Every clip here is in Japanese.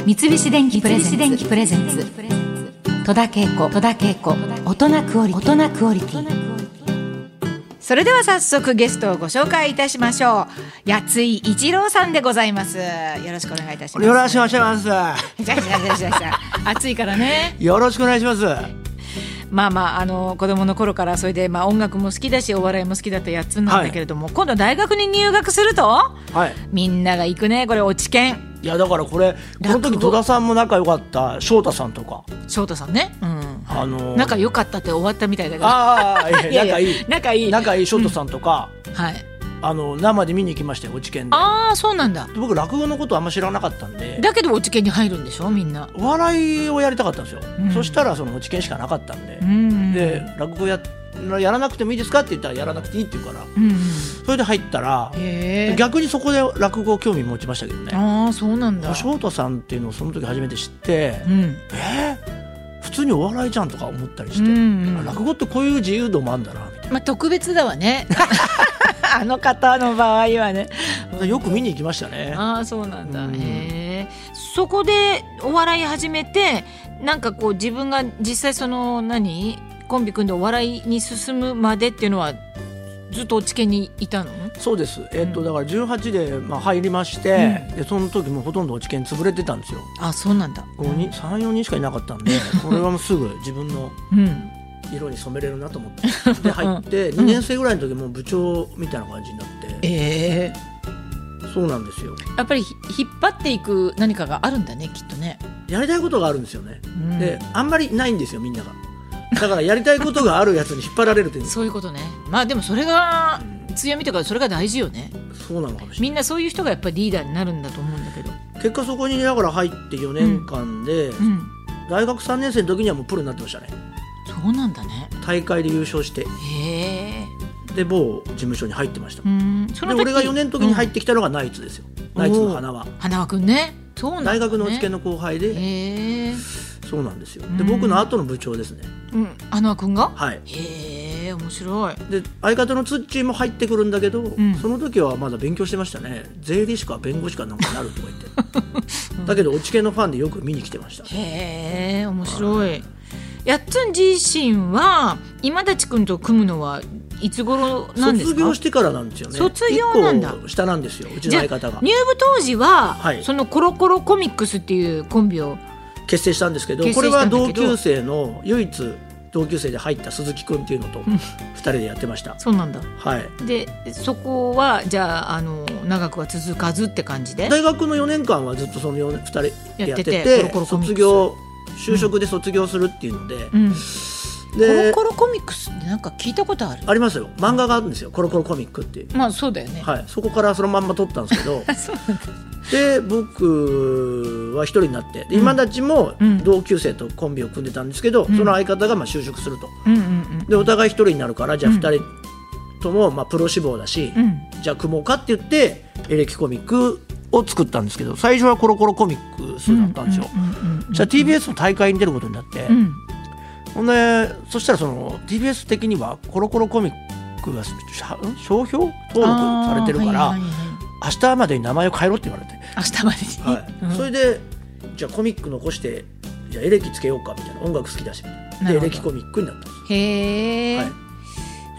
三菱電機プレゼンツ戸田恵子大人クオリティ。それでは早速ゲストをご紹介いたしましょう。八井一郎さんでございます。よろしくお願いいたします。 よろしくお願いします。 じゃ暑いからね、 よろしくお願いします。 子供の頃からそれで、音楽も好きだしお笑いも好きだったやつなんだけれども、今度大学に入学すると、みんなが行くね、これ落ち研。 いやだからこの時戸田さんも仲良かった翔太さんとか。 翔太さんね、仲良かったって終わったみたいだけど、 仲いい翔太さんとか、生で見に行きましたよ、落ち研で。 ああ、そうなんだ。 僕落語のことあんま知らなかったんで。 だけど落ち研に入るんでしょ、みんな。 お笑いをやりたかったんですよ、そしたらその落ち研しかなかったんで、で落語やらなくてもいいですかって言ったらやらなくていいって言うから、それで入ったら逆にそこで落語興味持ちましたけどね。 ああ、そうなんだ。 翔太さんっていうのをその時初めて知って、普通にお笑いじゃんとか思ったりして、落語ってこういう自由度もあるんだなみたいな。 特別だわねあの方の場合はね。 よく見に行きましたね。 ああ、そうなんだ。そこでお笑い始めて、なんかこう自分が実際そのコンビ組んでお笑いに進むまでっていうのはずっと落ち研にいたの？ そうです。だから18で入りまして、でその時もほとんど落ち研潰れてたんですよ。 あ、そうなんだ。 3、4人しかいなかったんでこれはもうすぐ自分の色に染めれるなと思ってで入って2年生ぐらいの時も部長みたいな感じになって、そうなんですよ。 やっぱり引っ張っていく何かがあるんだね、きっとね。 やりたいことがあるんですよね、であんまりないんですよ、みんなが。だからやりたいことがあるやつに引っ張られるっていうそういうことね。でもそれが強みとか、それが大事よね。 そうなのかもしれない。 みんなそういう人がやっぱりリーダーになるんだと思うんだけど、 結果そこにだから入って4年間で、大学3年生の時にはもうプロになってましたね。 そうなんだね。 大会で優勝して、で某事務所に入ってました。で俺が4年の時に入ってきたのがナイツですよ、ナイツの花輪くんね。そうなんだね。 大学の落ち研の後輩で、そうなんですよ。で僕の後の部長ですね、 花輪くんが。面白い。 で相方のツッチーも入ってくるんだけど、その時はまだ勉強してましたね。税理士か弁護士かなんかなるとか言ってだけど落ち研のファンでよく見に来てました。 面白い。やっつん自身は今立くんと組むのはいつ頃なんですか？ 卒業してからなんですよね。 卒業なんだ。 1個下なんですよ、うちの相方が。 入部当時は、そのコロコロコミックスっていうコンビを結成したんですけど、これは同級生の唯一同級生で入った鈴木くんっていうのと2人でやってました。 そうなんだ。でそこはじゃあ、長くは続かずって感じで、 大学の4年間はずっとその2人でやってて、就職で卒業するっていうので、でコロコロコミックスってなんか聞いたことある？ ありますよ。漫画があるんですよ、コロコロコミックっていう。 そうだよね。 そこからそのまんま撮ったんですけどで僕は一人になって、今立ちも同級生とコンビを組んでたんですけど、その相方が就職すると、でお互い一人になるから、じゃあ2人ともプロ志望だし、じゃあ組もうかって言ってエレキコミックを作ったんですけど、最初はコロコロコミックスだったんですよ。じゃあ TBS の大会に出ることになって、そしたらその TBS 的にはコロコロコミックが商標登録されてるから、明日までに名前を変えろって言われて、 明日までに、 それでじゃあコミック残してじゃあエレキつけようかみたいな、音楽好きだしでエレキコミックになったんです。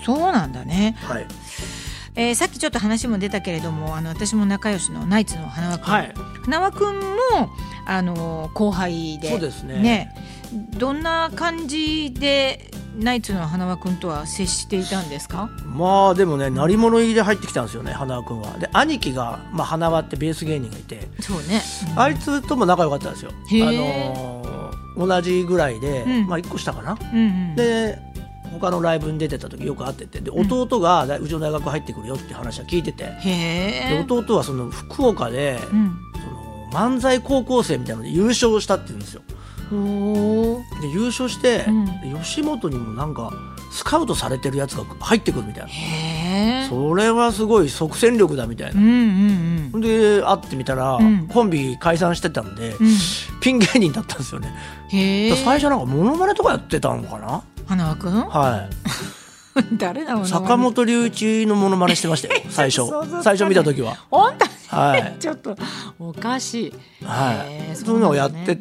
そうなんだね。さっきちょっと話も出たけれども、私も仲良しのナイツの花輪くん、花輪くんも後輩で、 そうですね。 どんな感じでナイツの花輪くんとは接していたんですか？ でもね、鳴り物入りで入ってきたんですよね、花輪くんは。で兄貴が、花輪ってベース芸人がいて、 そうね、 あいつとも仲良かったんですよ。同じぐらいで、1個下かな、で他のライブに出てた時よく会ってて、で弟がうちの大学入ってくるよって話は聞いてて、で弟はその福岡で、その漫才高校生みたいなので優勝したって言うんですよ。で優勝して、吉本にもなんかスカウトされてるやつが入ってくるみたいな。それはすごい即戦力だみたいな。で会ってみたら、コンビ解散してたんで、ピン芸人だったんですよね。最初なんかモノマネとかやってたのかな、 花輪くん。 誰だろうな。 坂本龍一のモノマネしてましたよ最初見た時は。 本当に、 はい、 ちょっとおかしい。 はい、そういうのをやってって、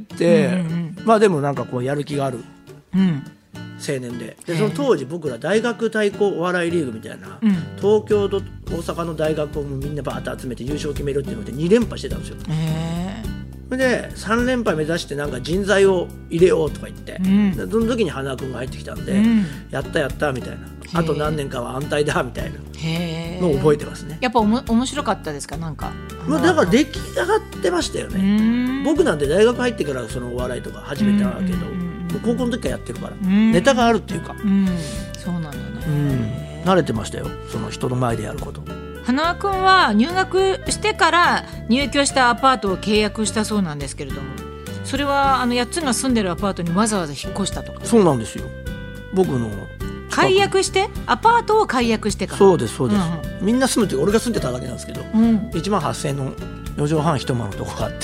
まあでもなんかこうやる気がある青年で、その当時僕ら大学対抗お笑いリーグみたいな、東京と大阪の大学をみんなバーッと集めて優勝を決めるっていうので2連覇してたんですよ。それで3連覇目指してなんか人材を入れようとか言って、その時に花君が入ってきたんで、やったやったみたいな、あと何年かは安泰だみたいなのを覚えてますね。 やっぱ面白かったですか？なんかだから出来上がってましたよね。僕なんて大学入ってからそのお笑いとか始めたけど、高校の時からやってるからネタがあるっていうか、 そうなんだね。 慣れてましたよ、その人の前でやること。 花輪君は入学してから入居したアパートを契約したそうなんですけれども、それは8つが住んでるアパートにわざわざ引っ越したとか？そうなんですよ。僕の解約してアパートを解約してから。 そうですそうです、みんな住むっていうか俺が住んでただけなんですけど、1万8000円の4畳半一間のとこがあって、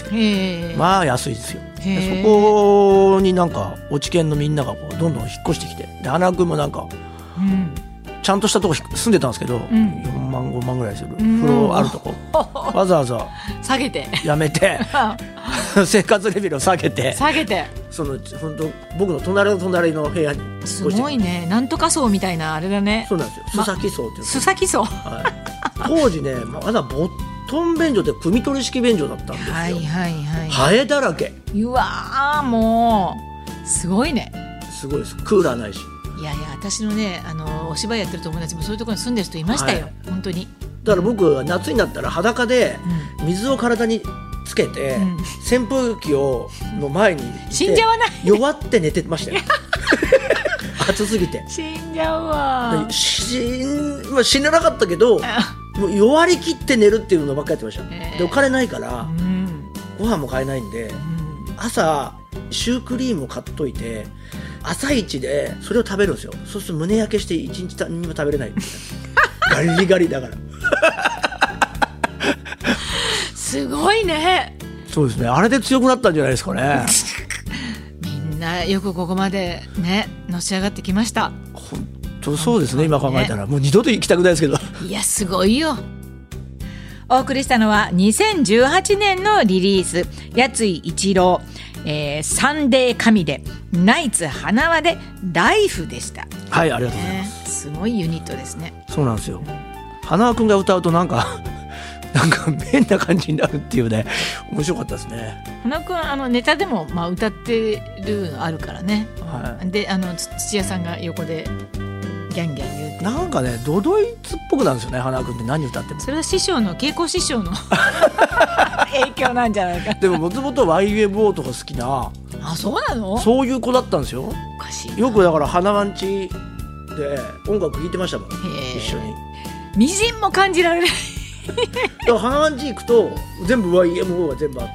まあ安いですよ。でそこになんか落研のみんながこうどんどん引っ越してきて、で花君もなんか、ちゃんとしたとこ住んでたんですけど、4万5万ぐらいする風呂あるとこわざわざ下げてやめて生活レベルを下げてその本当僕の隣の部屋に引っ越して。 すごいね、なんとか層みたいなあれだね。 そうなんですよ、須崎層っていう須崎層、 当時ねまだボットン便所で汲み取り式便所だったんですよ。ハエだらけ。 うわー、もうすごいね。 すごいです。クーラーないし。 いや私のねお芝居やってる友達もそういうところに住んでる人いましたよ、本当に。 だから僕は夏になったら裸で水を体につけて、扇風機の前に死んじゃわない弱って寝てましたよ暑すぎて死んじゃうわ。 死ななかったけどもう弱り切って寝るっていうのばっかりやってました、でお金ないから、ご飯も買えないんで、朝シュークリームを買っといて朝一でそれを食べるんですよ。そうすると胸焼けして一日何にも食べれないガリガリだからすごいね。 そうですね、あれで強くなったんじゃないですかねみんなよくここまでねのし上がってきました。 本当そうですね、今考えたらもう二度と行きたくないですけどいやすごいよ。お送りしたのは2018年のリリース、やつい一郎、サンデー神でナイツ花輪でライフでした。 はい、ありがとうございます、 すごいユニットですね。 そうなんですよ。花輪くんが歌うとなんか変な感じになるっていうね、面白かったですね。 花輪くんネタでも歌ってるのあるからね、で土屋さんが横でギャンギャン言うて、 なんかねドドイツっぽくなんですよね、花輪くんって何歌っても。 それは師匠の稽古師匠の影響なんじゃないかでももともと YMO とか好きな、 あ、そうなの？そういう子だったんですよ。 おかしいな。 よくだから花輪んちで音楽聴いてましたもん、一緒に。 みじんも感じられないだから花輪んち行くと全部 YMO が全部あって、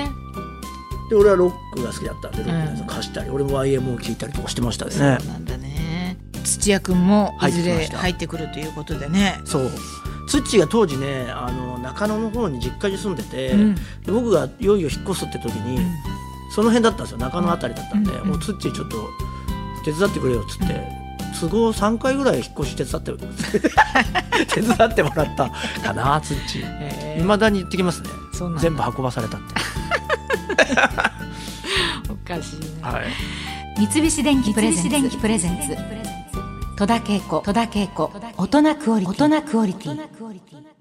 で俺はロックが好きだったんでロックのやつ貸したり、俺も YMO 聴いたりとかしてましたね。 そうなんだね。土屋くんもいずれ入ってくるということでね。 そう土が当時ね中野の方に実家に住んでて、で僕がいよいよ引っ越すって時に、その辺だったんですよ、中野あたりだったんで、もう土ちょっと手伝ってくれよっつって、都合3回ぐらい引っ越し手伝ってもらったかな土。いまだに行ってきますね、全部運ばされたっておかしいな、 三菱電機プレゼンツ戸田恵子大人クオリティ。